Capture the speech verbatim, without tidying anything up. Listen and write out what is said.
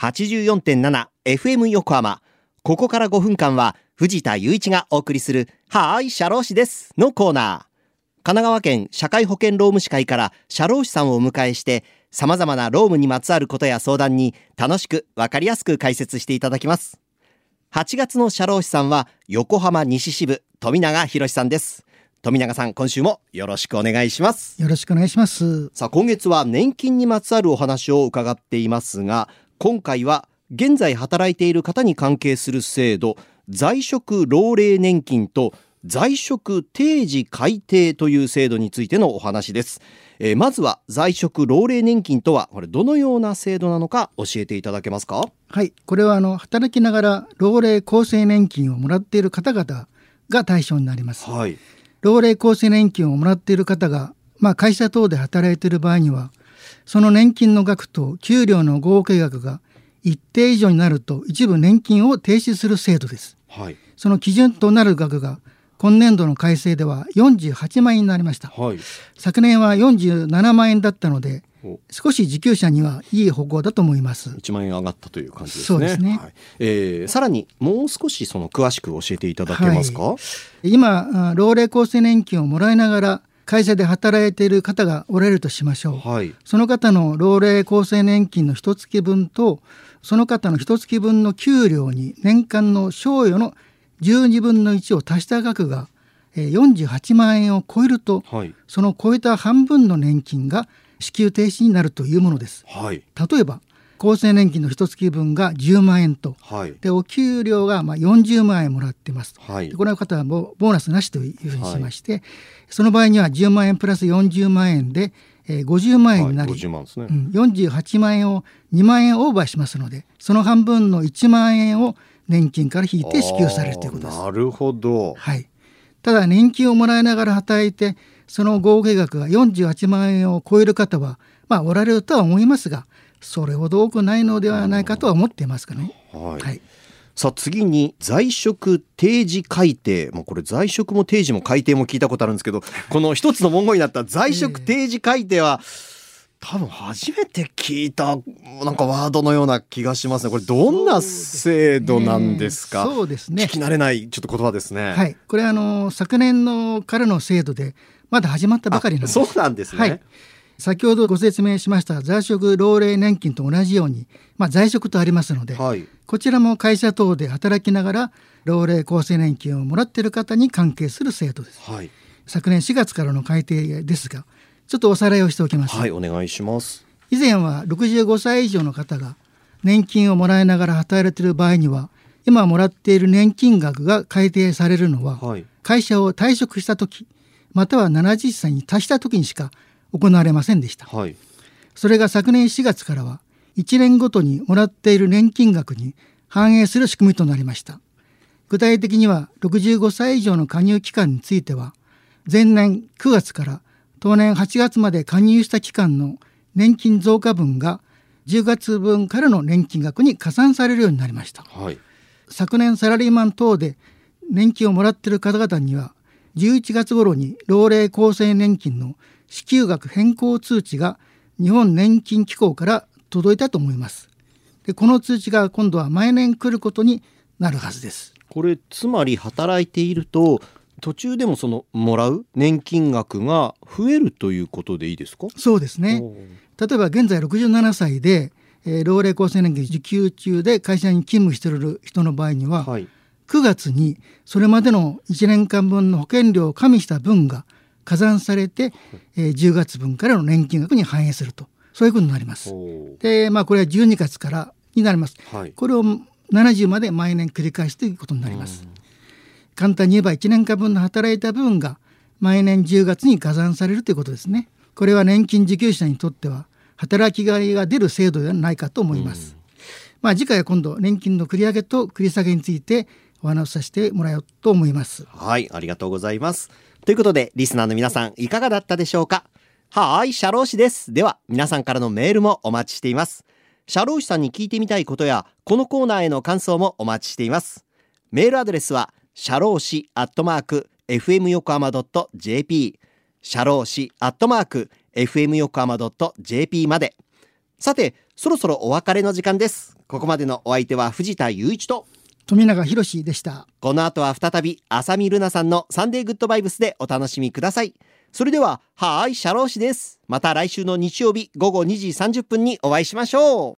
はちじゅうよんてんななエフエム 横浜。ここからごふんかんは藤田雄一がお送りするはーい社労士ですのコーナー。神奈川県社会保険労務士会から社労士さんをお迎えして、様々な労務にまつわることや相談に楽しくわかりやすく解説していただきます。はちがつの社労士さんは横浜西支部富永博さんです。富永さん、今週もよろしくお願いします。 よろしくお願いします。 さあ、今月は年金にまつわるお話を伺っていますが、今回は現在働いている方に関係する制度、在職老齢年金と在職定時改定という制度についてのお話です。えー、まずは在職老齢年金とはこれどのような制度なのか教えていただけますか？ はい、これはあの働きながら老齢厚生年金をもらっている方々が対象になります。 はい、 老齢厚生年金をもらっている方が、まあ、会社等で働いている場合には、その年金の額と給料の合計額が一定以上になると一部年金を停止する制度です。 はい、 その基準となる額が今年度の改正ではよんじゅうはちまんえんになりました。 はい、昨年はよんじゅうななまんえんだったので、少し受給者にはいい方向だと思います。 いちまんえん上がったという感じですね。 そうですね。 はい、えー、さらにもう少しその詳しく教えていただけますか？はい、 今老齢厚生年金をもらいながら会社で働いている方がおられるとしましょう。はい、その方の老齢厚生年金の一月分とその方の一月分の給料に年間の賞与のじゅうにぶんのいちを足した額がよんじゅうはちまんえんを超えると、はい、その超えた半分の年金が支給停止になるというものです。はい、例えば厚生年金の一月分がじゅうまんえんと、はい、でお給料がまあよんじゅうまんえんもらってます。はい、でこの方はボーナスなしというふうにしまして、はい、その場合にはじゅうまんえんプラスよんじゅうまんえんで、えー、ごじゅうまんえんになり、はい、ごじゅうまんですね。うん、よんじゅうはちまんえんをにまんえんオーバーしますので、その半分のいちまんえんを年金から引いて支給されるということです。 なるほど。 はい、ただ年金をもらいながら働いてその合計額がよんじゅうはちまんえんを超える方は、まあ、おられるとは思いますが、それほど多くないのではないかとは思っていますかね。 はいはい、さあ次に在職定時改定、もうこれ在職も定時も改定も聞いたことあるんですけど、この一つの文言になった在職定時改定は、えー多分初めて聞いたなんかワードのような気がしますね。これどんな制度なんですか？ そうですね。 聞き慣れないちょっと言葉ですね。 はい、これはあの昨年のからの制度でまだ始まったばかりなんです。 そうなんですね。はい、 先ほどご説明しました在職老齢年金と同じように、まあ、在職とありますので、はい、こちらも会社等で働きながら老齢厚生年金をもらっている方に関係する制度です。はい、昨年しがつからの改定ですが、ちょっとおさらいをしておきます。 はい、お願いします。 以前はろくじゅうごさい以上の方が年金をもらいながら働いている場合には、今もらっている年金額が改定されるのは、はい、会社を退職した時またはななじゅっさいに達した時にしか行われませんでした。はい、それが昨年しがつからはいちねんごとにもらっている年金額に反映する仕組みとなりました。具体的にはろくじゅうごさい以上の加入期間については、前年くがつから当年はちがつまで加入した期間の年金増加分がじゅうがつぶんからの年金額に加算されるようになりました。はい、昨年サラリーマン等で年金をもらっている方々にはじゅういちがつ頃に老齢厚生年金の支給額変更通知が日本年金機構から届いたと思います。でこの通知が今度は毎年来ることになるはずです。 これつまり働いていると途中でもそのもらう年金額が増えるということでいいですか？ そうですね。例えば現在ろくじゅうななさいで、えー、老齢厚生年金受給中で会社に勤務している人の場合には、はい、くがつにそれまでのいちねんかんぶんの保険料を加味した分が加算されて、えー、じゅうがつぶんからの年金額に反映すると、そういうことになります。で、まあ、これはじゅうにがつからになります。はい、これをななじゅうまで毎年繰り返すということになります。簡単に言えばいちねんかんぶんの働いた分が毎年じゅうがつに加算されるということですね。これは年金受給者にとっては働きがいが出る制度ではないかと思います。まあ、次回は今度年金の繰り上げと繰り下げについてお話しさせてもらおうと思います。 はい、ありがとうございます。ということでリスナーの皆さんいかがだったでしょうか？はい、社労士です。では皆さんからのメールもお待ちしています。社労士さんに聞いてみたいことやこのコーナーへの感想もお待ちしています。メールアドレスは社労士アットマーク エフエム 横浜 ドット ジェーピー 社労士アットマーク エフエム 横浜 ドット ジェーピー まで。さてそろそろお別れの時間です。ここまでのお相手は藤田雄一と富永博でした。 この後は再び浅見ルナさんのサンデーグッドバイブスでお楽しみください。それでははーい、シャロー氏です。また来週の日曜日午後にじさんじゅっぷんにお会いしましょう。